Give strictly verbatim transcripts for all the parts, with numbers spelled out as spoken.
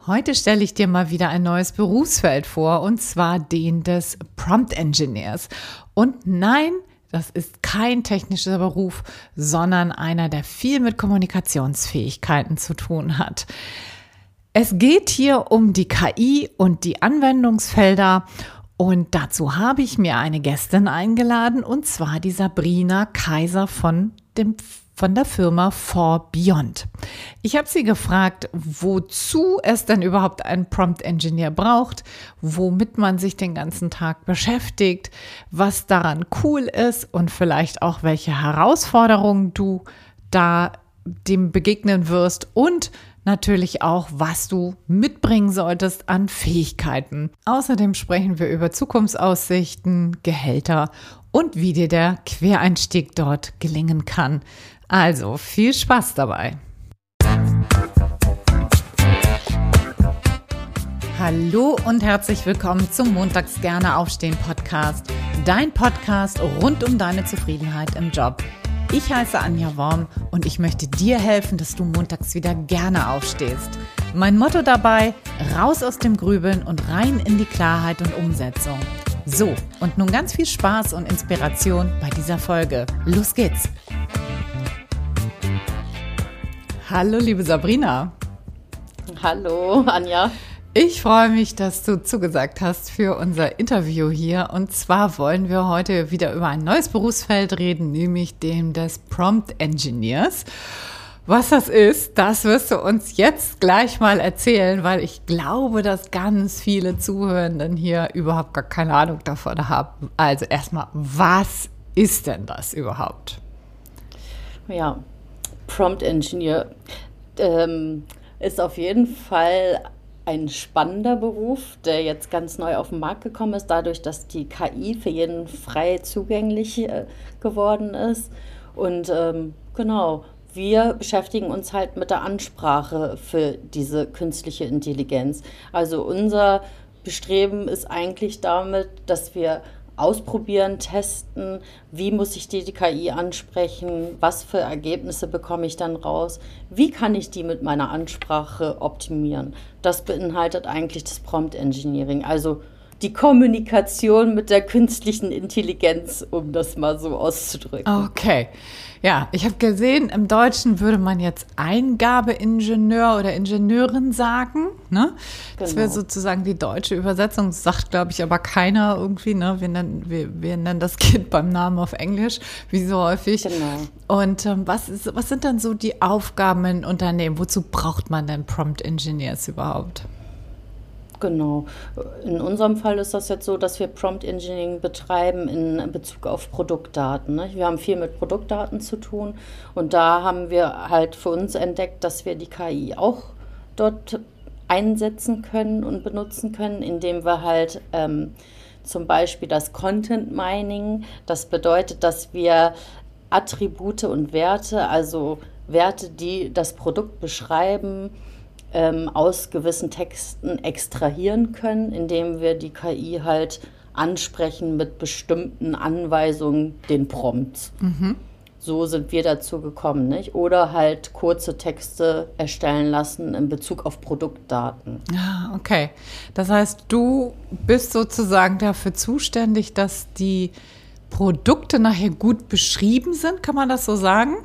Heute stelle ich dir mal wieder ein neues Berufsfeld vor, und zwar den des Prompt Engineers. Und nein, das ist kein technischer Beruf, sondern einer, der viel mit Kommunikationsfähigkeiten zu tun hat. Es geht hier um die K I und die Anwendungsfelder. Und dazu habe ich mir eine Gästin eingeladen, und zwar die Sabrina Kaiser von dem von der Firma For Beyond. Ich habe sie gefragt, wozu es denn überhaupt einen Prompt Engineer braucht, womit man sich den ganzen Tag beschäftigt, was daran cool ist und vielleicht auch welche Herausforderungen du da dem begegnen wirst und natürlich auch, was du mitbringen solltest an Fähigkeiten. Außerdem sprechen wir über Zukunftsaussichten, Gehälter und wie dir der Quereinstieg dort gelingen kann. Also viel Spaß dabei. Hallo und herzlich willkommen zum Montags gerne aufstehen Podcast. Dein Podcast rund um deine Zufriedenheit im Job. Ich heiße Anja Worm und ich möchte dir helfen, dass du montags wieder gerne aufstehst. Mein Motto dabei: raus aus dem Grübeln und rein in die Klarheit und Umsetzung. So, und nun ganz viel Spaß und Inspiration bei dieser Folge. Los geht's! Hallo, liebe Sabrina. Hallo, Anja. Ich freue mich, dass du zugesagt hast für unser Interview hier. Und zwar wollen wir heute wieder über ein neues Berufsfeld reden, nämlich dem des Prompt Engineers. Was das ist, das wirst du uns jetzt gleich mal erzählen, weil ich glaube, dass ganz viele Zuhörenden hier überhaupt gar keine Ahnung davon haben. Also erstmal, was ist denn das überhaupt? Ja, Prompt Engineer ähm, ist auf jeden Fall ein spannender Beruf, der jetzt ganz neu auf den Markt gekommen ist, dadurch, dass die K I für jeden frei zugänglich äh, geworden ist. Und ähm, genau, wir beschäftigen uns halt mit der Ansprache für diese künstliche Intelligenz. Also unser Bestreben ist eigentlich damit, dass wir ausprobieren, testen, wie muss ich die, die K I ansprechen, was für Ergebnisse bekomme ich dann raus, wie kann ich die mit meiner Ansprache optimieren. Das beinhaltet eigentlich das Prompt Engineering, also die Kommunikation mit der künstlichen Intelligenz, um das mal so auszudrücken. Okay, ja, ich habe gesehen, im Deutschen würde man jetzt Eingabeingenieur oder Ingenieurin sagen, ne? Das Genau. wäre sozusagen die deutsche Übersetzung, das sagt, glaube ich, aber keiner irgendwie, ne? Wir nennen, wir, wir nennen das Kind beim Namen auf Englisch, wie so häufig. Genau. Und ähm, was ist, was sind dann so die Aufgaben in Unternehmen? Wozu braucht man denn Prompt Engineers überhaupt? Genau. In unserem Fall ist das jetzt so, dass wir Prompt Engineering betreiben in Bezug auf Produktdaten. Ne? Wir haben viel mit Produktdaten zu tun und da haben wir halt für uns entdeckt, dass wir die K I auch dort einsetzen können und benutzen können, indem wir halt ähm, zum Beispiel das Content Mining, das bedeutet, dass wir Attribute und Werte, also Werte, die das Produkt beschreiben, Ähm, aus gewissen Texten extrahieren können, indem wir die K I halt ansprechen mit bestimmten Anweisungen, den Prompts. Mhm. So sind wir dazu gekommen, nicht? Oder halt kurze Texte erstellen lassen in Bezug auf Produktdaten. Ah, okay. Das heißt, du bist sozusagen dafür zuständig, dass die Produkte nachher gut beschrieben sind, kann man das so sagen?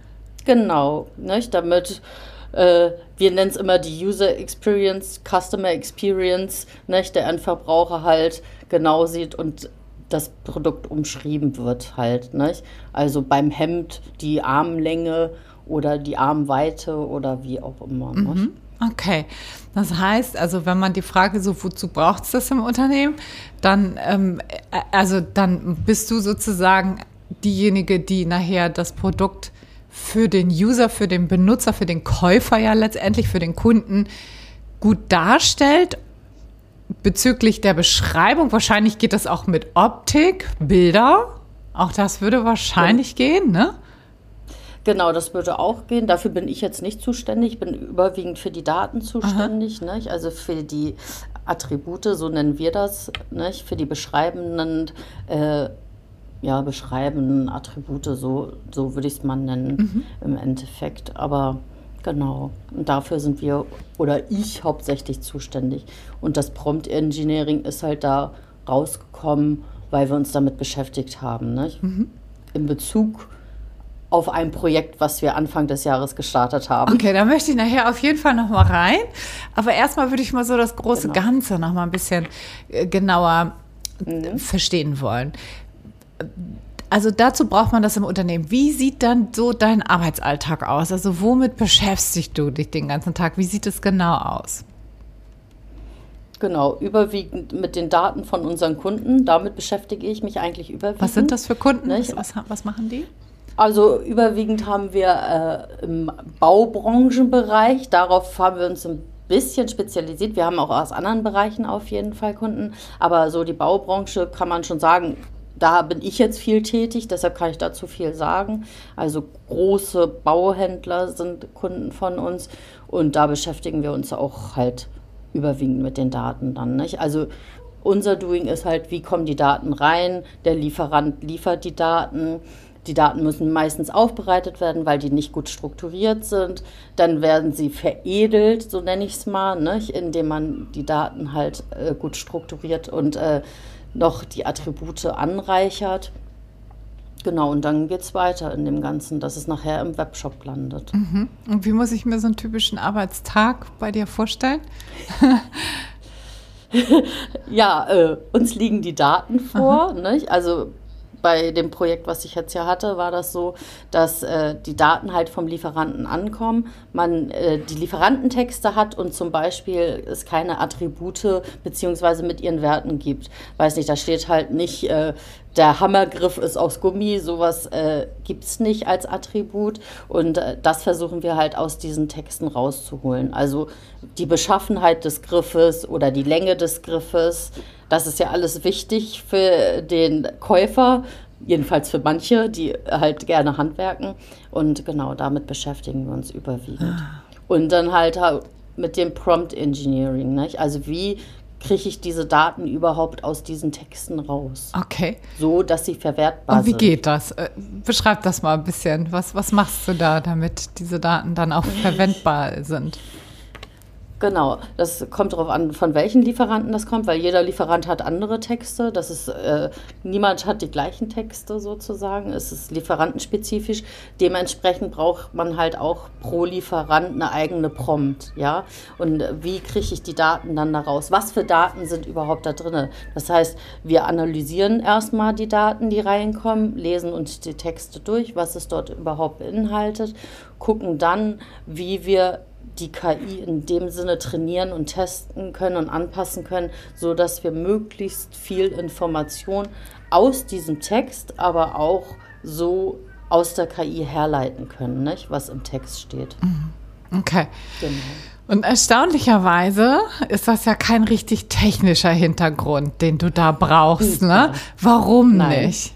Genau, nicht? Damit äh, wir nennen es immer die User Experience, Customer Experience, nicht? Der Endverbraucher halt genau sieht und das Produkt umschrieben wird halt, nicht? Also beim Hemd die Armlänge oder die Armweite oder wie auch immer. Mhm. Okay, das heißt, also wenn man die Frage so, wozu braucht es das im Unternehmen, dann, ähm, also dann bist du sozusagen diejenige, die nachher das Produkt für den User, für den Benutzer, für den Käufer ja letztendlich, für den Kunden gut darstellt bezüglich der Beschreibung. Wahrscheinlich geht das auch mit Optik, Bilder. Auch das würde wahrscheinlich ja gehen, ne? Genau, das würde auch gehen. Dafür bin ich jetzt nicht zuständig. Ich bin überwiegend für die Daten zuständig, nicht? Also für die Attribute, so nennen wir das, nicht? Für die beschreibenden, äh, ja, beschreibenden Attribute, so, so würde ich es mal nennen, mhm, im Endeffekt. Aber Genau. Und dafür sind wir oder ich hauptsächlich zuständig. Und das Prompt Engineering ist halt da rausgekommen, weil wir uns damit beschäftigt haben, nicht? Mhm. In Bezug auf ein Projekt, was wir Anfang des Jahres gestartet haben. Okay, da möchte ich nachher auf jeden Fall noch mal rein. Aber erstmal würde ich mal so das große genau. Ganze noch mal ein bisschen genauer mhm. verstehen wollen. Also dazu braucht man das im Unternehmen. Wie sieht dann so dein Arbeitsalltag aus? Also womit beschäftigst du dich den ganzen Tag? Wie sieht es genau aus? Genau, überwiegend mit den Daten von unseren Kunden. Damit beschäftige ich mich eigentlich überwiegend. Was sind das für Kunden? Was, was machen die? Also überwiegend haben wir äh, im Baubranchenbereich, darauf haben wir uns ein bisschen spezialisiert. Wir haben auch aus anderen Bereichen auf jeden Fall Kunden, aber so die Baubranche kann man schon sagen, da bin ich jetzt viel tätig, deshalb kann ich dazu viel sagen. Also große Bauhändler sind Kunden von uns und da beschäftigen wir uns auch halt überwiegend mit den Daten dann, nicht? Also unser Doing ist halt, wie kommen die Daten rein, der Lieferant liefert die Daten. Die Daten müssen meistens aufbereitet werden, weil die nicht gut strukturiert sind. Dann werden sie veredelt, so nenne ich es mal, nicht? Indem man die Daten halt äh, gut strukturiert und äh, noch die Attribute anreichert. Genau, und dann geht es weiter in dem Ganzen, dass es nachher im Webshop landet. Mhm. Und wie muss ich mir so einen typischen Arbeitstag bei dir vorstellen? Ja, äh, uns liegen die Daten vor, nicht? Also bei dem Projekt, was ich jetzt ja hatte, war das so, dass äh, die Daten halt vom Lieferanten ankommen, man äh, die Lieferantentexte hat und zum Beispiel es keine Attribute beziehungsweise mit ihren Werten gibt. Weiß nicht, da steht halt nicht, äh, der Hammergriff ist aus Gummi, sowas äh, gibt es nicht als Attribut und äh, das versuchen wir halt aus diesen Texten rauszuholen. Also die Beschaffenheit des Griffes oder die Länge des Griffes, das ist ja alles wichtig für den Käufer, jedenfalls für manche, die halt gerne handwerken. Und genau, damit beschäftigen wir uns überwiegend. Ah. Und dann halt mit dem Prompt Engineering, nicht? Also wie kriege ich diese Daten überhaupt aus diesen Texten raus? Okay. So, dass sie verwertbar sind. Und wie geht das? Beschreib das mal ein bisschen. Was, was machst du da, damit diese Daten dann auch verwendbar sind? Genau, das kommt darauf an, von welchen Lieferanten das kommt, weil jeder Lieferant hat andere Texte. Das ist, äh, niemand hat die gleichen Texte sozusagen. Es ist lieferantenspezifisch. Dementsprechend braucht man halt auch pro Lieferant eine eigene Prompt, ja. Und wie kriege ich die Daten dann da raus? Was für Daten sind überhaupt da drin? Das heißt, wir analysieren erstmal die Daten, die reinkommen, lesen uns die Texte durch, was es dort überhaupt beinhaltet, gucken dann, wie wir die K I in dem Sinne trainieren und testen können und anpassen können, sodass wir möglichst viel Information aus diesem Text, aber auch so aus der K I herleiten können, nicht? Was im Text steht. Okay. Genau. Und erstaunlicherweise ist das ja kein richtig technischer Hintergrund, den du da brauchst, ne? Warum Nein. nicht?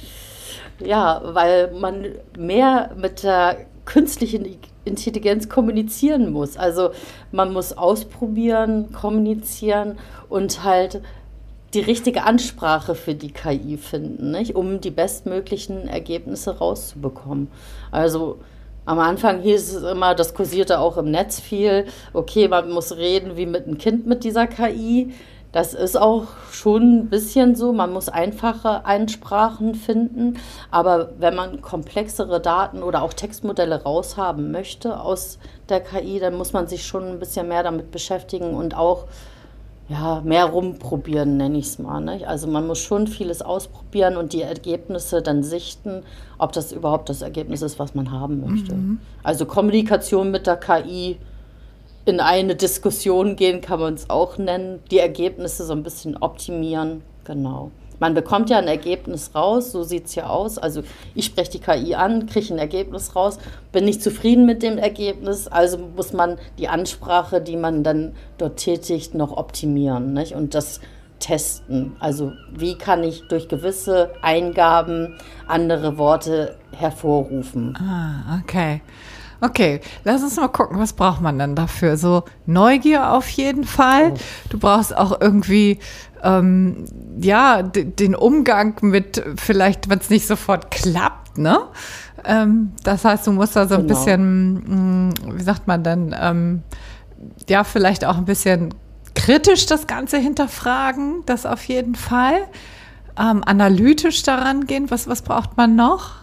Ja, weil man mehr mit der künstlichen Intelligenz kommunizieren muss. Also man muss ausprobieren, kommunizieren und halt die richtige Ansprache für die K I finden, nicht? Um die bestmöglichen Ergebnisse rauszubekommen. Also am Anfang hieß es immer, das kursierte auch im Netz viel, okay, man muss reden wie mit einem Kind mit dieser K I. Das ist auch schon ein bisschen so, man muss einfache Einsprachen finden, aber wenn man komplexere Daten oder auch Textmodelle raushaben möchte aus der K I, dann muss man sich schon ein bisschen mehr damit beschäftigen und auch ja, mehr rumprobieren, nenne ich es mal, nicht? Also man muss schon vieles ausprobieren und die Ergebnisse dann sichten, ob das überhaupt das Ergebnis ist, was man haben möchte. Mhm. Also Kommunikation mit der K I, in eine Diskussion gehen, kann man es auch nennen, die Ergebnisse so ein bisschen optimieren, genau. Man bekommt ja ein Ergebnis raus, so sieht es ja aus, also ich spreche die K I an, kriege ein Ergebnis raus, bin nicht zufrieden mit dem Ergebnis, also muss man die Ansprache, die man dann dort tätigt, noch optimieren, nicht? Und das testen, also wie kann ich durch gewisse Eingaben andere Worte hervorrufen. Ah, okay. Okay, lass uns mal gucken, was braucht man denn dafür? So Neugier auf jeden Fall. Du brauchst auch irgendwie, ähm, ja, d- den Umgang mit vielleicht, wenn es nicht sofort klappt, ne? Ähm, das heißt, du musst da so ein Genau. bisschen, mh, wie sagt man denn, ähm, ja, vielleicht auch ein bisschen kritisch das Ganze hinterfragen, das auf jeden Fall. Ähm, analytisch daran gehen, was, was braucht man noch?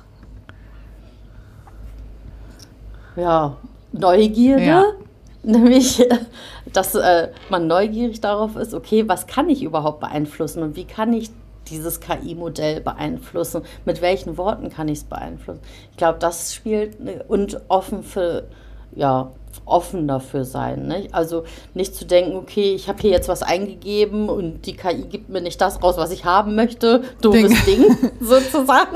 Ja, Neugierde, Ja. nämlich, dass äh, man neugierig darauf ist, okay, was kann ich überhaupt beeinflussen und wie kann ich dieses K I-Modell beeinflussen, mit welchen Worten kann ich es beeinflussen. Ich glaube, das spielt ne- und offen für, ja, offen dafür sein. Nicht? Also nicht zu denken, okay, ich habe hier jetzt was eingegeben und die K I gibt mir nicht das raus, was ich haben möchte, doofes Ding, sozusagen.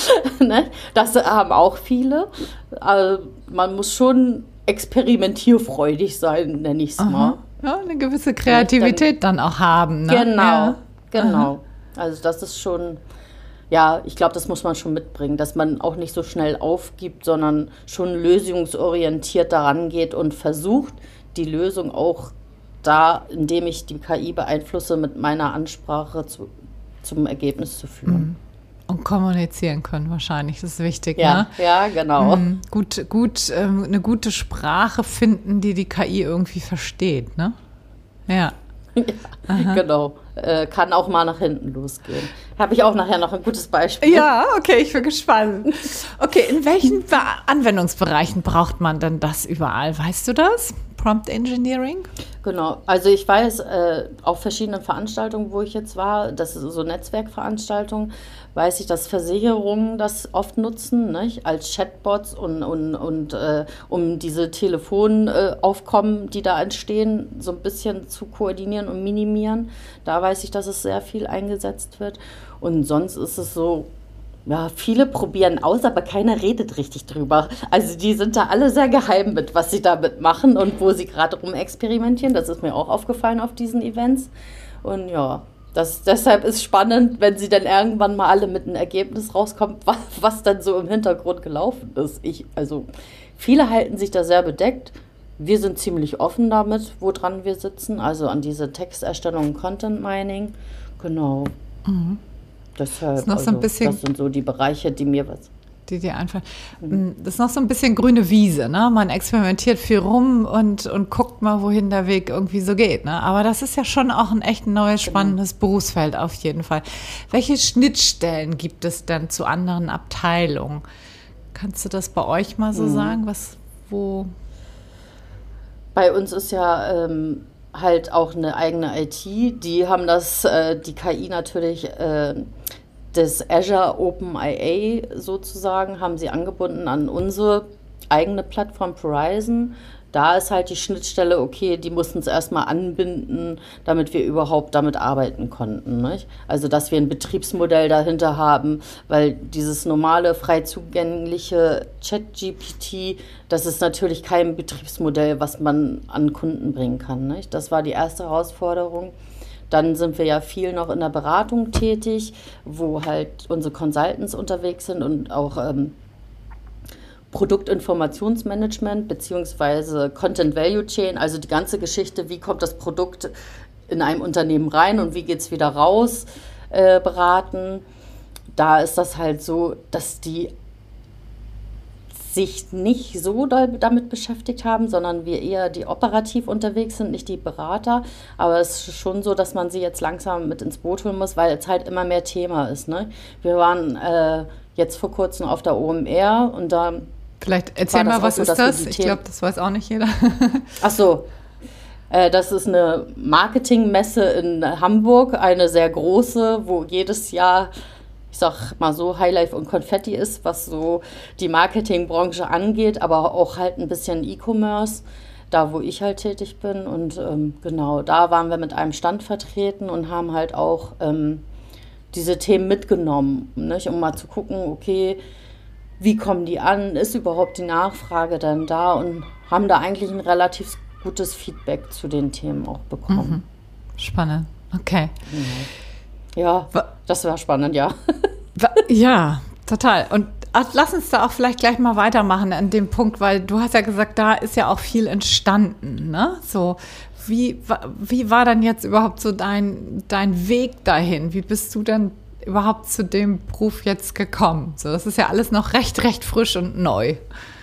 Ne? Das haben auch viele. Also man muss schon experimentierfreudig sein, nenne ich es mal. Ja, eine gewisse Kreativität dann, dann auch haben. Ne? Genau, ja. genau. Aha. Also das ist schon, ja, ich glaube, das muss man schon mitbringen, dass man auch nicht so schnell aufgibt, sondern schon lösungsorientiert daran geht und versucht, die Lösung auch da, indem ich die K I beeinflusse, mit meiner Ansprache zu, zum Ergebnis zu führen. Und kommunizieren können wahrscheinlich, das ist wichtig. Ja, ne? ja, genau. Mhm. Gut, gut, ähm, eine gute Sprache finden, die die K I irgendwie versteht, ne? Ja. Ja, genau. Äh, kann auch mal nach hinten losgehen. Habe ich auch nachher noch ein gutes Beispiel. Ja, okay, ich bin gespannt. Okay, in welchen Be- Anwendungsbereichen braucht man denn das überall? Weißt du das? Prompt Engineering? Genau, also ich weiß, äh, auf verschiedenen Veranstaltungen, wo ich jetzt war, das ist so Netzwerkveranstaltungen, weiß ich, dass Versicherungen das oft nutzen, nicht? Als Chatbots und, und, und äh, um diese Telefonaufkommen, äh, die da entstehen, so ein bisschen zu koordinieren und minimieren. Da weiß ich, dass es sehr viel eingesetzt wird. Und sonst ist es so, ja, viele probieren aus, aber keiner redet richtig drüber. Also die sind da alle sehr geheim mit, was sie damit machen und wo sie gerade rumexperimentieren. Das ist mir auch aufgefallen auf diesen Events. Und ja, das, deshalb ist spannend, wenn sie dann irgendwann mal alle mit einem Ergebnis rauskommen, was, was dann so im Hintergrund gelaufen ist. Ich, also viele halten sich da sehr bedeckt. Wir sind ziemlich offen damit, woran wir sitzen, also an diese Texterstellung und Content Mining. Genau. Mhm. Deshalb, ist noch so ein also, bisschen, das sind so die Bereiche, die mir was. Die dir einfallen. Das ist noch so ein bisschen grüne Wiese, ne? Man experimentiert viel rum und, und guckt mal, wohin der Weg irgendwie so geht, ne? Aber das ist ja schon auch ein echt neues, spannendes genau. Berufsfeld auf jeden Fall. Welche Schnittstellen gibt es denn zu anderen Abteilungen? Kannst du das bei euch mal so mhm. sagen? Was, wo? Bei uns ist ja ähm, halt auch eine eigene I T. Die haben das, äh, die K I natürlich, äh, das Azure OpenIA sozusagen, haben sie angebunden an unsere eigene Plattform Horizon. Da ist halt die Schnittstelle, okay, die mussten es erstmal anbinden, damit wir überhaupt damit arbeiten konnten. Nicht? Also, dass wir ein Betriebsmodell dahinter haben, weil dieses normale, frei zugängliche ChatGPT, das ist natürlich kein Betriebsmodell, was man an Kunden bringen kann. Nicht? Das war die erste Herausforderung. Dann sind wir ja viel noch in der Beratung tätig, wo halt unsere Consultants unterwegs sind und auch ähm, Produktinformationsmanagement beziehungsweise Content Value Chain, also die ganze Geschichte, wie kommt das Produkt in einem Unternehmen rein und wie geht es wieder raus, äh, beraten. Da ist das halt so, dass die sich nicht so doll damit beschäftigt haben, sondern wir eher die operativ unterwegs sind, nicht die Berater. Aber es ist schon so, dass man sie jetzt langsam mit ins Boot holen muss, weil es halt immer mehr Thema ist. Ne? Wir waren äh, jetzt vor kurzem auf der O M R und da Vielleicht erzähl mal, was so, ist das? Ich glaube, das weiß auch nicht jeder. Ach so, äh, das ist eine Marketingmesse in Hamburg, eine sehr große, wo jedes Jahr, ich sag mal so, Highlife und Konfetti ist, was so die Marketingbranche angeht, aber auch halt ein bisschen E-Commerce, da wo ich halt tätig bin. Und ähm, genau, da waren wir mit einem Stand vertreten und haben halt auch ähm, diese Themen mitgenommen, nicht? Um mal zu gucken, okay, wie kommen die an? Ist überhaupt die Nachfrage dann da? Und haben da eigentlich ein relativ gutes Feedback zu den Themen auch bekommen. Mhm. Spannend, okay. Ja, das war spannend, ja. Ja, total. Und lass uns da auch vielleicht gleich mal weitermachen an dem Punkt, weil du hast ja gesagt, da ist ja auch viel entstanden, ne? So, wie, wie war dann jetzt überhaupt so dein, dein Weg dahin? Wie bist du denn überhaupt zu dem Beruf jetzt gekommen? So, das ist ja alles noch recht, recht frisch und neu.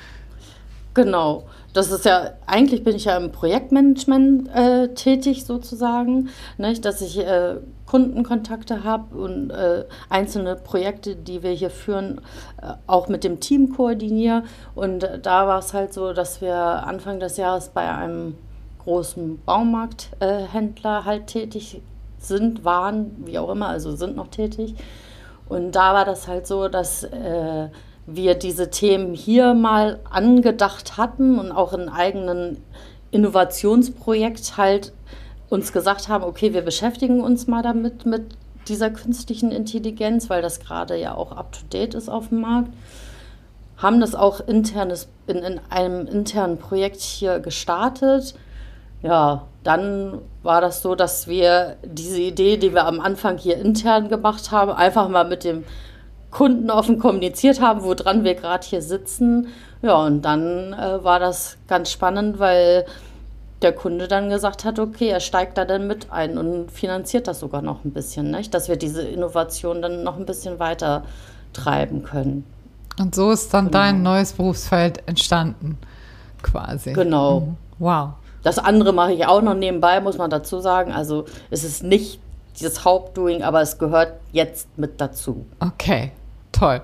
Genau. Das ist ja, eigentlich bin ich ja im Projektmanagement äh, tätig sozusagen, nicht? Dass ich äh, Kundenkontakte habe und äh, einzelne Projekte, die wir hier führen, äh, auch mit dem Team koordiniere. Und äh, da war es halt so, dass wir Anfang des Jahres bei einem großen Baumarkthändler äh, halt tätig sind, waren, wie auch immer, also sind noch tätig. Und da war das halt so, dass äh, wir diese Themen hier mal angedacht hatten und auch in eigenen Innovationsprojekt halt uns gesagt haben, okay, wir beschäftigen uns mal damit, mit dieser künstlichen Intelligenz, weil das gerade ja auch up-to-date ist auf dem Markt. Haben das auch internes, in, in einem internen Projekt hier gestartet. Ja, dann war das so, dass wir diese Idee, die wir am Anfang hier intern gemacht haben, einfach mal mit dem Kunden offen kommuniziert haben, woran wir gerade hier sitzen. Ja, und dann äh, war das ganz spannend, weil der Kunde dann gesagt hat, okay, er steigt da dann mit ein und finanziert das sogar noch ein bisschen, nicht? Dass wir diese Innovation dann noch ein bisschen weiter treiben können. Und so ist dann Genau. dein neues Berufsfeld entstanden, quasi. Genau. Mhm. Wow. Das andere mache ich auch noch nebenbei, muss man dazu sagen. Also es ist nicht dieses Hauptdoing, aber es gehört jetzt mit dazu. Okay, toll.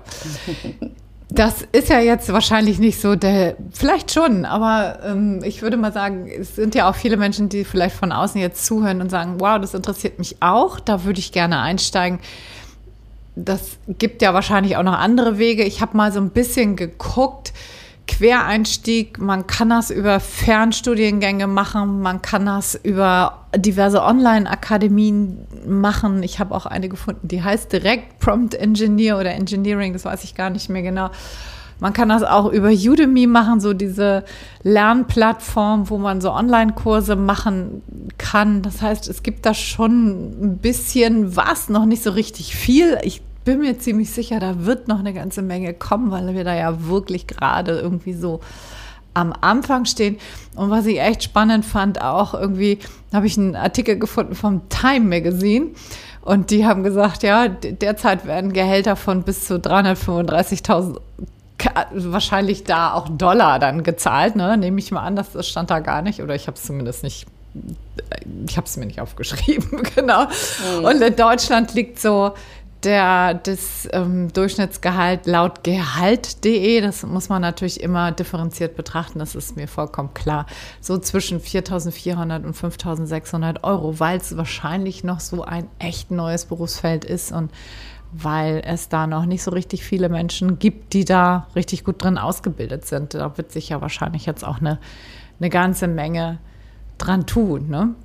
Das ist ja jetzt wahrscheinlich nicht so der, vielleicht schon, aber ähm, ich würde mal sagen, es sind ja auch viele Menschen, die vielleicht von außen jetzt zuhören und sagen, wow, das interessiert mich auch, da würde ich gerne einsteigen. Das gibt ja wahrscheinlich auch noch andere Wege. Ich habe mal so ein bisschen geguckt, Quereinstieg, man kann das über Fernstudiengänge machen, man kann das über diverse Online-Akademien machen. Ich habe auch eine gefunden, die heißt direkt Prompt Engineer oder Engineering, das weiß ich gar nicht mehr genau. Man kann das auch über Udemy machen, so diese Lernplattform, wo man so Online-Kurse machen kann. Das heißt, es gibt da schon ein bisschen was, noch nicht so richtig viel. Ich bin mir ziemlich sicher, da wird noch eine ganze Menge kommen, weil wir da ja wirklich gerade irgendwie so am Anfang stehen. Und was ich echt spannend fand, auch irgendwie habe ich einen Artikel gefunden vom Time Magazine und die haben gesagt, ja, derzeit werden Gehälter von bis zu dreihundertfünfunddreißigtausend wahrscheinlich da auch Dollar dann gezahlt, ne? Nehme ich mal an, das stand da gar nicht oder ich habe es zumindest nicht, ich habe es mir nicht aufgeschrieben, genau. Mhm. Und in Deutschland liegt so Der, das ähm, Durchschnittsgehalt laut Gehalt punkt de, das muss man natürlich immer differenziert betrachten, das ist mir vollkommen klar, so zwischen viertausendvierhundert und fünftausendsechshundert Euro, weil es wahrscheinlich noch so ein echt neues Berufsfeld ist und weil es da noch nicht so richtig viele Menschen gibt, die da richtig gut drin ausgebildet sind. Da wird sich ja wahrscheinlich jetzt auch eine, eine ganze Menge dran tun, ne?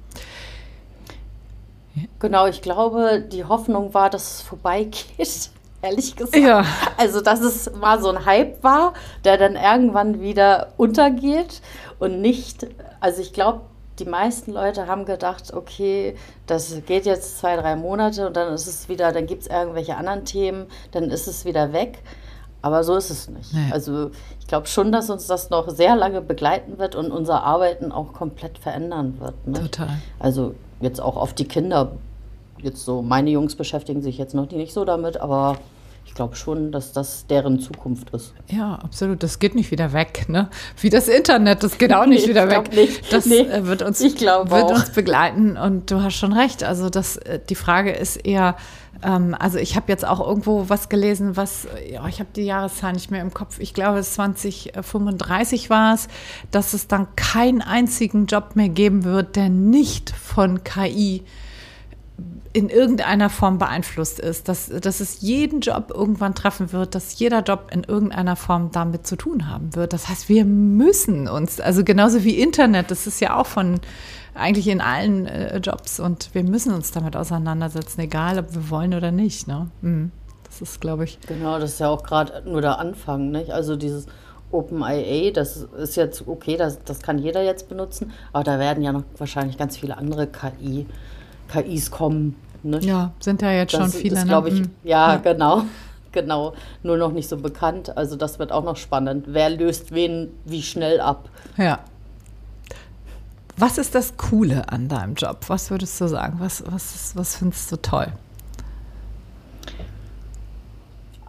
Genau, ich glaube, die Hoffnung war, dass es vorbeigeht, ehrlich gesagt. Ja. Also, dass es mal so ein Hype war, der dann irgendwann wieder untergeht und nicht, also ich glaube, die meisten Leute haben gedacht, okay, das geht jetzt zwei, drei Monate und dann ist es wieder, dann gibt es irgendwelche anderen Themen, dann ist es wieder weg. Aber so ist es nicht. Nee. Also ich glaube schon, dass uns das noch sehr lange begleiten wird und unser Arbeiten auch komplett verändern wird. Ne? Total. Also jetzt auch auf die Kinder. Jetzt so, meine Jungs beschäftigen sich jetzt noch nicht so damit, aber ich glaube schon, dass das deren Zukunft ist. Ja, absolut. Das geht nicht wieder weg, ne? Wie das Internet, das geht auch nicht nee, wieder weg. Nicht. Das nee, wird uns, ich wird auch. uns begleiten und du hast schon recht. Also das, die Frage ist eher, ähm, also ich habe jetzt auch irgendwo was gelesen, was, ja, ich habe die Jahreszahl nicht mehr im Kopf, ich glaube zwanzig fünfunddreißig war es, dass es dann keinen einzigen Job mehr geben wird, der nicht von K I in irgendeiner Form beeinflusst ist, dass, dass es jeden Job irgendwann treffen wird, dass jeder Job in irgendeiner Form damit zu tun haben wird. Das heißt, wir müssen uns, also genauso wie Internet, das ist ja auch von eigentlich in allen äh, Jobs und wir müssen uns damit auseinandersetzen, egal ob wir wollen oder nicht. Ne? Mhm. Das ist, glaube ich. Genau, das ist ja auch gerade nur der Anfang, nicht? Also dieses OpenAI, das ist jetzt okay, das, das kann jeder jetzt benutzen, aber da werden ja noch wahrscheinlich ganz viele andere K I K Is kommen. Nicht? Ja, sind ja jetzt das schon viele. Das glaube ich, ne? ja, ja, genau, genau. Nur noch nicht so bekannt. Also das wird auch noch spannend. Wer löst wen wie schnell ab? Ja. Was ist das Coole an deinem Job? Was würdest du sagen? Was, was, was findest du toll?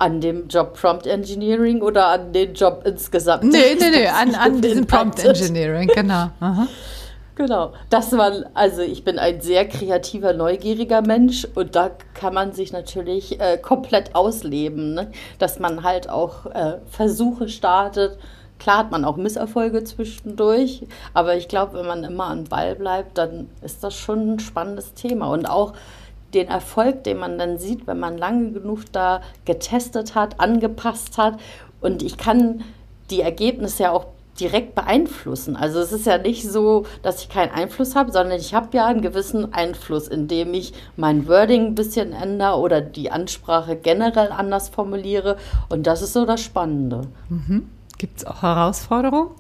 An dem Job Prompt Engineering oder an den Job insgesamt? Nee, nee, nee, an, an diesem Prompt Engineering, genau. Aha. Genau, das war, also ich bin ein sehr kreativer, neugieriger Mensch und da kann man sich natürlich äh, komplett ausleben, ne? Dass man halt auch äh, Versuche startet. Klar hat man auch Misserfolge zwischendurch, aber ich glaube, wenn man immer am Ball bleibt, dann ist das schon ein spannendes Thema. Und auch den Erfolg, den man dann sieht, wenn man lange genug da getestet hat, angepasst hat. Und ich kann die Ergebnisse ja auch direkt beeinflussen. Also es ist ja nicht so, dass ich keinen Einfluss habe, sondern ich habe ja einen gewissen Einfluss, indem ich mein Wording ein bisschen ändere oder die Ansprache generell anders formuliere. Und das ist so das Spannende. Mhm. Gibt es auch Herausforderungen?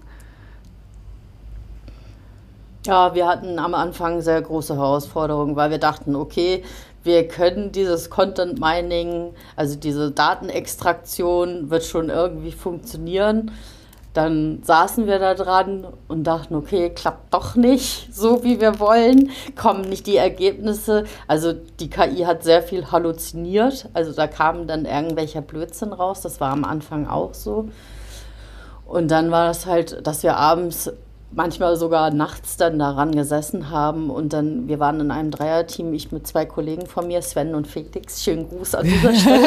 Ja, wir hatten am Anfang sehr große Herausforderungen, weil wir dachten, okay, wir können dieses Content Mining, also diese Datenextraktion, wird schon irgendwie funktionieren. Dann saßen wir da dran und dachten, okay, klappt doch nicht so, wie wir wollen, kommen nicht die Ergebnisse. Also die K I hat sehr viel halluziniert, also da kam dann irgendwelcher Blödsinn raus, das war am Anfang auch so. Und dann war das halt, dass wir abends, manchmal sogar nachts dann daran gesessen haben und dann, wir waren in einem Dreierteam, ich mit zwei Kollegen von mir, Sven und Felix, schönen Gruß an dieser Stelle,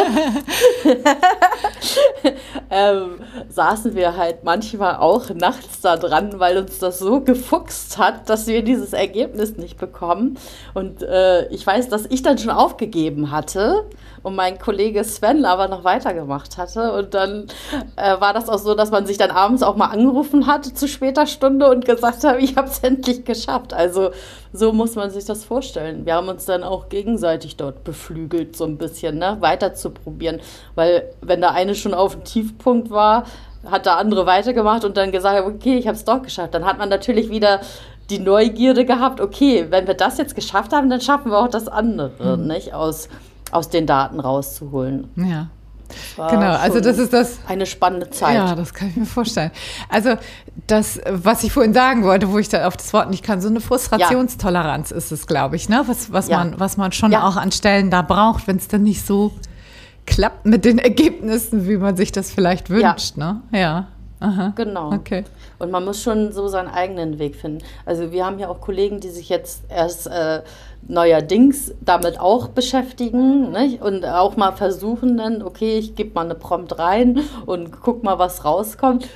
ähm, saßen wir halt manchmal auch nachts da dran, weil uns das so gefuchst hat, dass wir dieses Ergebnis nicht bekommen. Und äh, ich weiß, dass ich dann schon aufgegeben hatte und mein Kollege Sven aber noch weitergemacht hatte. Und dann äh, war das auch so, dass man sich dann abends auch mal angerufen hat zu später Stunde und gesagt hat, ich habe es endlich geschafft. Also so muss man sich das vorstellen. Wir haben uns dann auch gegenseitig dort beflügelt, so ein bisschen, ne, weiter zu probieren. Weil wenn der eine schon auf dem Tiefpunkt war, hat der andere weitergemacht und dann gesagt, okay, ich habe es doch geschafft. Dann hat man natürlich wieder die Neugierde gehabt, okay, wenn wir das jetzt geschafft haben, dann schaffen wir auch das andere, mhm. nicht, aus, aus den Daten rauszuholen. Ja. Genau, also das ist das. Eine spannende Zeit. Ja, das kann ich mir vorstellen. Also das, was ich vorhin sagen wollte, wo ich da auf das Wort nicht kann, so eine Frustrationstoleranz ja. ist es, glaube ich, ne? Was, was, ja. man, was man schon ja. auch an Stellen da braucht, wenn es dann nicht so klappt mit den Ergebnissen, wie man sich das vielleicht wünscht, ja. ne? Ja. Aha. Genau. Okay. Und man muss schon so seinen eigenen Weg finden. Also wir haben ja auch Kollegen, die sich jetzt erst äh, neuerdings damit auch beschäftigen, nicht? Und auch mal versuchen dann, okay, ich gebe mal eine Prompt rein und guck mal, was rauskommt.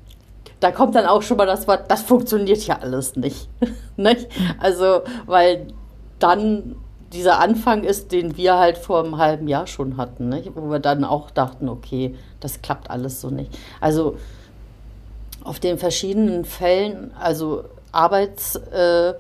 Da kommt dann auch schon mal das Wort, das funktioniert ja alles nicht. nicht? Also, weil dann dieser Anfang ist, den wir halt vor einem halben Jahr schon hatten, nicht? Wo wir dann auch dachten, okay, das klappt alles so nicht. Also auf den verschiedenen Fällen, also Arbeits, äh,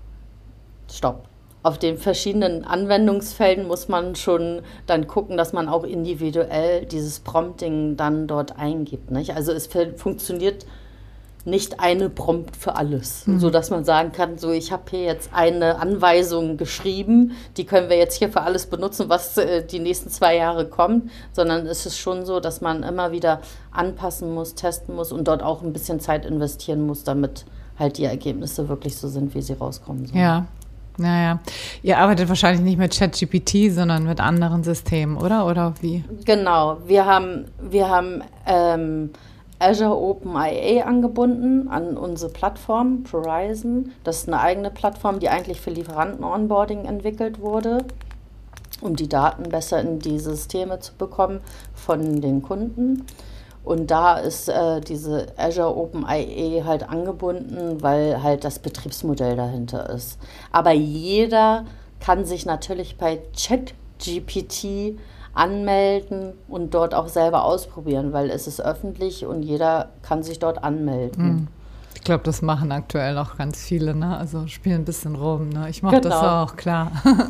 Stopp. Auf den verschiedenen Anwendungsfällen muss man schon dann gucken, dass man auch individuell dieses Prompting dann dort eingibt, nicht? Also es funktioniert nicht eine Prompt für alles, mhm. so dass man sagen kann, so ich habe hier jetzt eine Anweisung geschrieben, die können wir jetzt hier für alles benutzen, was äh, die nächsten zwei Jahre kommt, sondern es ist schon so, dass man immer wieder anpassen muss, testen muss und dort auch ein bisschen Zeit investieren muss, damit halt die Ergebnisse wirklich so sind, wie sie rauskommen sollen. Ja, naja. Ihr arbeitet wahrscheinlich nicht mit ChatGPT, sondern mit anderen Systemen, oder? Oder wie? Genau, wir haben, wir haben ähm, Azure OpenIA angebunden an unsere Plattform Horizon. Das ist eine eigene Plattform, die eigentlich für Lieferanten-Onboarding entwickelt wurde, um die Daten besser in die Systeme zu bekommen von den Kunden. Und da ist äh, diese Azure OpenIA halt angebunden, weil halt das Betriebsmodell dahinter ist. Aber jeder kann sich natürlich bei ChatGPT anmelden und dort auch selber ausprobieren, weil es ist öffentlich und jeder kann sich dort anmelden. Ich glaube, das machen aktuell auch ganz viele, ne? Also spielen ein bisschen rum, ne? Ich mache genau. das auch, klar.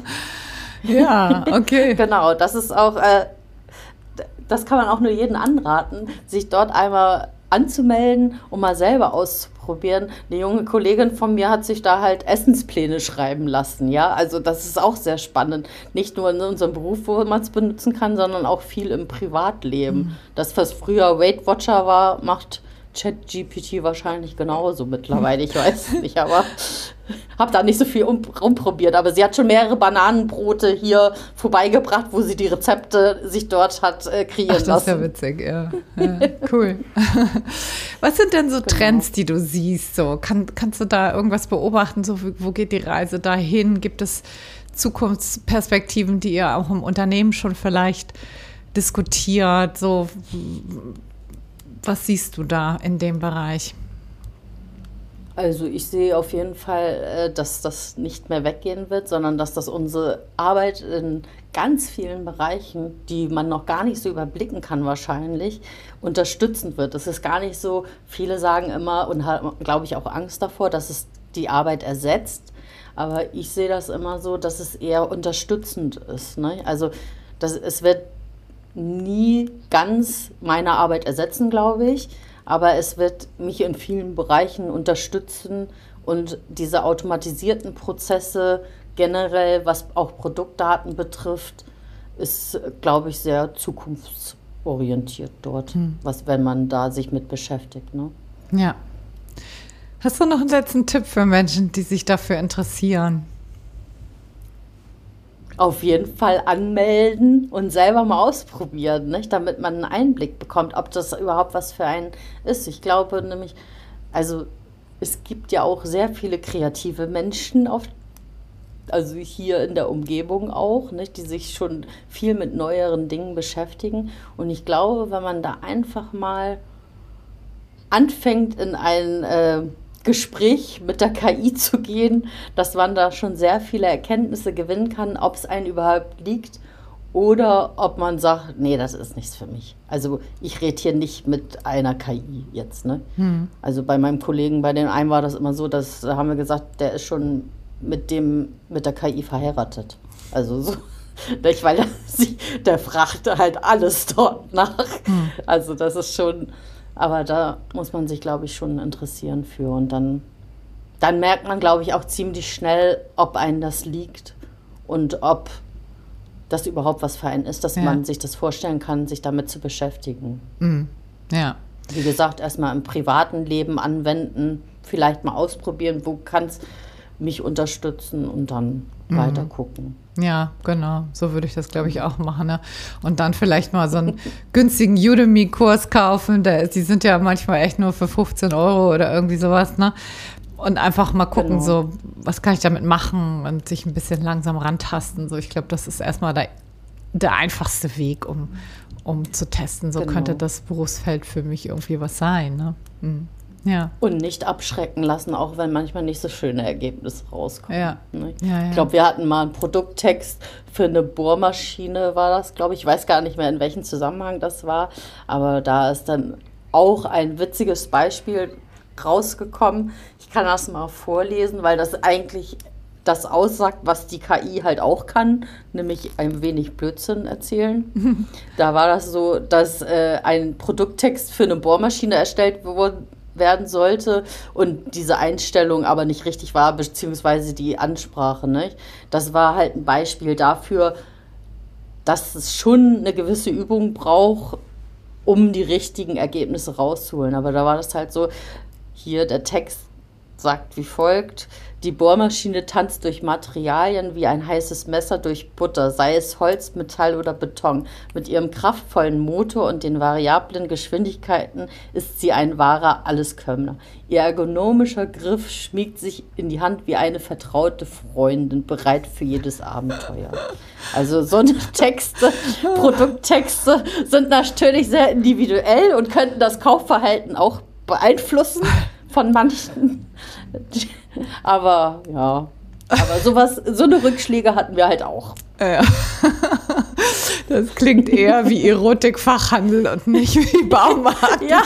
Ja, okay. Genau, das ist auch, äh, das kann man auch nur jedem anraten, sich dort einmal anzumelden, um mal selber auszuprobieren. Eine junge Kollegin von mir hat sich da halt Essenspläne schreiben lassen, ja, also das ist auch sehr spannend. Nicht nur in unserem Beruf, wo man es benutzen kann, sondern auch viel im Privatleben. Mhm. Das, was früher Weight Watcher war, macht ChatGPT wahrscheinlich genauso mittlerweile, ich weiß es nicht, aber habe da nicht so viel um, rumprobiert. Aber sie hat schon mehrere Bananenbrote hier vorbeigebracht, wo sie die Rezepte sich dort hat äh, kreieren Ach, das lassen. ist ja witzig, ja. ja cool. Was sind denn so Genau. Trends, die du siehst? So, kann, kannst du da irgendwas beobachten? So, wo geht die Reise dahin? Gibt es Zukunftsperspektiven, die ihr auch im Unternehmen schon vielleicht diskutiert? So, was siehst du da in dem Bereich? Also ich sehe auf jeden Fall, dass das nicht mehr weggehen wird, sondern dass das unsere Arbeit in ganz vielen Bereichen, die man noch gar nicht so überblicken kann wahrscheinlich, unterstützend wird. Es ist gar nicht so, viele sagen immer und haben, glaube ich, auch Angst davor, dass es die Arbeit ersetzt. Aber ich sehe das immer so, dass es eher unterstützend ist. Ne? Also das, es wird nie ganz meine Arbeit ersetzen, glaube ich. Aber es wird mich in vielen Bereichen unterstützen und diese automatisierten Prozesse generell, was auch Produktdaten betrifft, ist, glaube ich, sehr zukunftsorientiert dort, hm. was, wenn man da sich mit beschäftigt. Ne? Ja. Hast du noch einen letzten Tipp für Menschen, die sich dafür interessieren? Auf jeden Fall anmelden und selber mal ausprobieren, nicht? Damit man einen Einblick bekommt, ob das überhaupt was für einen ist. Ich glaube nämlich, also es gibt ja auch sehr viele kreative Menschen, auf, also hier in der Umgebung auch, nicht? Die sich schon viel mit neueren Dingen beschäftigen. Und ich glaube, wenn man da einfach mal anfängt, in ein äh, Gespräch mit der K I zu gehen, dass man da schon sehr viele Erkenntnisse gewinnen kann, ob es einem überhaupt liegt oder ob man sagt, nee, das ist nichts für mich. Also ich rede hier nicht mit einer K I jetzt. Ne? Hm. Also bei meinem Kollegen, bei den einen war das immer so, dass da haben wir gesagt, der ist schon mit dem mit der K I verheiratet. Also so, nicht, weil der, der fragt halt alles dort nach. Hm. Also das ist schon... Aber da muss man sich, glaube ich, schon interessieren für. Und dann, dann merkt man, glaube ich, auch ziemlich schnell, ob einem das liegt und ob das überhaupt was für einen ist, dass ja. man sich das vorstellen kann, sich damit zu beschäftigen. Mhm. Ja. Wie gesagt, erstmal im privaten Leben anwenden, vielleicht mal ausprobieren, wo kann es mich unterstützen und dann mhm. weiter gucken. Ja, genau. So würde ich das, glaube ich, auch machen. Ne? Und dann vielleicht mal so einen günstigen Udemy-Kurs kaufen. Der, die sind ja manchmal echt nur für fünfzehn Euro oder irgendwie sowas. Ne? Und einfach mal gucken, genau. so, was kann ich damit machen und sich ein bisschen langsam rantasten. So, ich glaube, das ist erstmal der, der einfachste Weg, um, um zu testen. So genau. könnte das Berufsfeld für mich irgendwie was sein. Ne? Hm. Ja. Und nicht abschrecken lassen, auch wenn manchmal nicht so schöne Ergebnisse rauskommen. Ja. Ne? Ja, ja. Ich glaube, wir hatten mal einen Produkttext für eine Bohrmaschine, war das, glaube ich. Ich weiß gar nicht mehr, in welchem Zusammenhang das war. Aber da ist dann auch ein witziges Beispiel rausgekommen. Ich kann das mal vorlesen, weil das eigentlich das aussagt, was die K I halt auch kann, nämlich ein wenig Blödsinn erzählen. Da war das so, dass äh, ein Produkttext für eine Bohrmaschine erstellt wurde, werden sollte und diese Einstellung aber nicht richtig war, beziehungsweise die Ansprache. Nicht? Das war halt ein Beispiel dafür, dass es schon eine gewisse Übung braucht, um die richtigen Ergebnisse rauszuholen. Aber da war das halt so, hier der Text sagt wie folgt: Die Bohrmaschine tanzt durch Materialien wie ein heißes Messer durch Butter, sei es Holz, Metall oder Beton. Mit ihrem kraftvollen Motor und den variablen Geschwindigkeiten ist sie ein wahrer Alleskömmler. Ihr ergonomischer Griff schmiegt sich in die Hand wie eine vertraute Freundin, bereit für jedes Abenteuer. Also so eine Texte, Produkttexte sind natürlich sehr individuell und könnten das Kaufverhalten auch beeinflussen von manchen. Aber ja, aber sowas, so eine Rückschläge hatten wir halt auch. Ja. Das klingt eher wie Erotikfachhandel und nicht wie Baumarkt. Ja,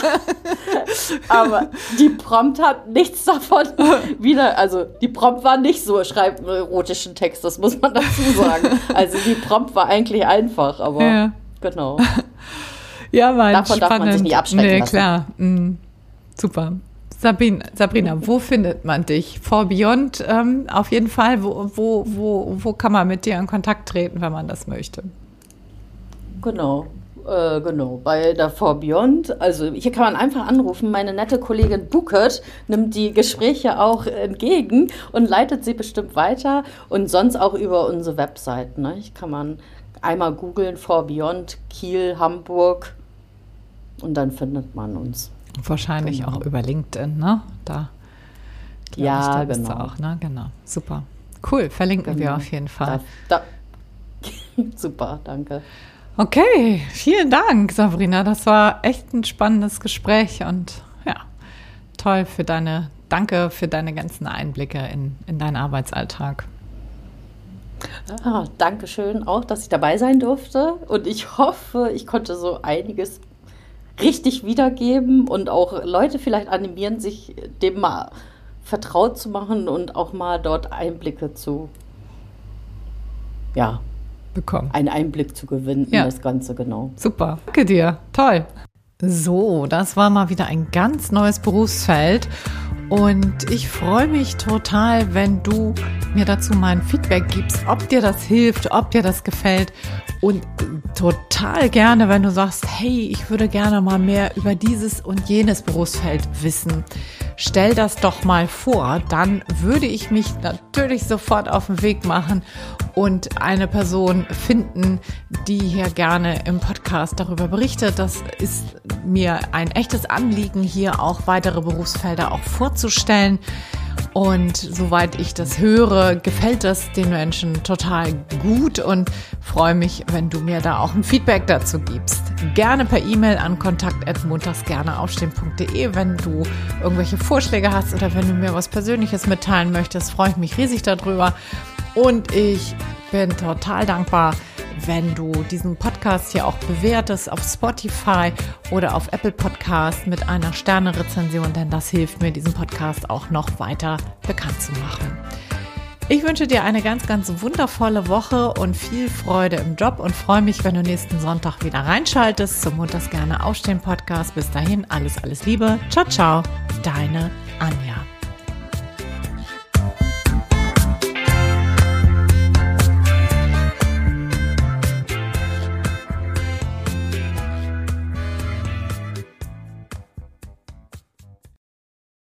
aber die Prompt hat nichts davon wieder, also die Prompt war nicht so, schreibt einen erotischen Text, das muss man dazu sagen. Also die Prompt war eigentlich einfach, aber ja. Genau. Ja, Mann, davon spannend. Darf man sich nicht abschrecken nee, lassen. Klar, mhm. Super. Sabrina, Sabrina, wo findet man dich? For Beyond ähm, auf jeden Fall. Wo, wo, wo, wo kann man mit dir in Kontakt treten, wenn man das möchte? Genau. Äh, genau, bei der For Beyond. Also hier kann man einfach anrufen. Meine nette Kollegin Bukert nimmt die Gespräche auch entgegen und leitet sie bestimmt weiter. Und sonst auch über unsere Website. Ne? Ich kann man einmal googeln, For Beyond, Kiel, Hamburg. Und dann findet man uns. Wahrscheinlich genau. auch über LinkedIn, ne? Da, ja, ich, da genau. bist du auch, ne? Genau. Super. Cool, verlinken genau. wir auf jeden Fall. Da, da. Super, danke. Okay, vielen Dank, Sabrina. Das war echt ein spannendes Gespräch und ja, toll für deine, danke für deine ganzen Einblicke in, in deinen Arbeitsalltag. Ah, Dankeschön auch, dass ich dabei sein durfte und ich hoffe, ich konnte so einiges richtig wiedergeben und auch Leute vielleicht animieren, sich dem mal vertraut zu machen und auch mal dort Einblicke zu, ja, bekommen. Einen Einblick zu gewinnen ja. in das Ganze, genau. Super, danke dir, toll. So, das war mal wieder ein ganz neues Berufsfeld und ich freue mich total, wenn du mir dazu mal ein Feedback gibst, ob dir das hilft, ob dir das gefällt und total gerne, wenn du sagst, hey, ich würde gerne mal mehr über dieses und jenes Berufsfeld wissen. Stell das doch mal vor, dann würde ich mich natürlich sofort auf den Weg machen und eine Person finden, die hier gerne im Podcast darüber berichtet. Das ist mir ein echtes Anliegen, hier auch weitere Berufsfelder auch vorzustellen. Und soweit ich das höre, gefällt das den Menschen total gut und freue mich, wenn du mir da auch ein Feedback dazu gibst. Gerne per E-Mail an kontakt at montagsgerneaufstehen punkt de, wenn du irgendwelche Vorschläge hast oder wenn du mir was Persönliches mitteilen möchtest, freue ich mich riesig darüber. Und ich bin total dankbar, wenn du diesen Podcast hier auch bewertest auf Spotify oder auf Apple Podcast mit einer Sterne-Rezension, denn das hilft mir, diesen Podcast auch noch weiter bekannt zu machen. Ich wünsche dir eine ganz, ganz wundervolle Woche und viel Freude im Job und freue mich, wenn du nächsten Sonntag wieder reinschaltest zum Montags gerne aufstehen Podcast. Bis dahin, alles, alles Liebe. Ciao, ciao, deine Anja.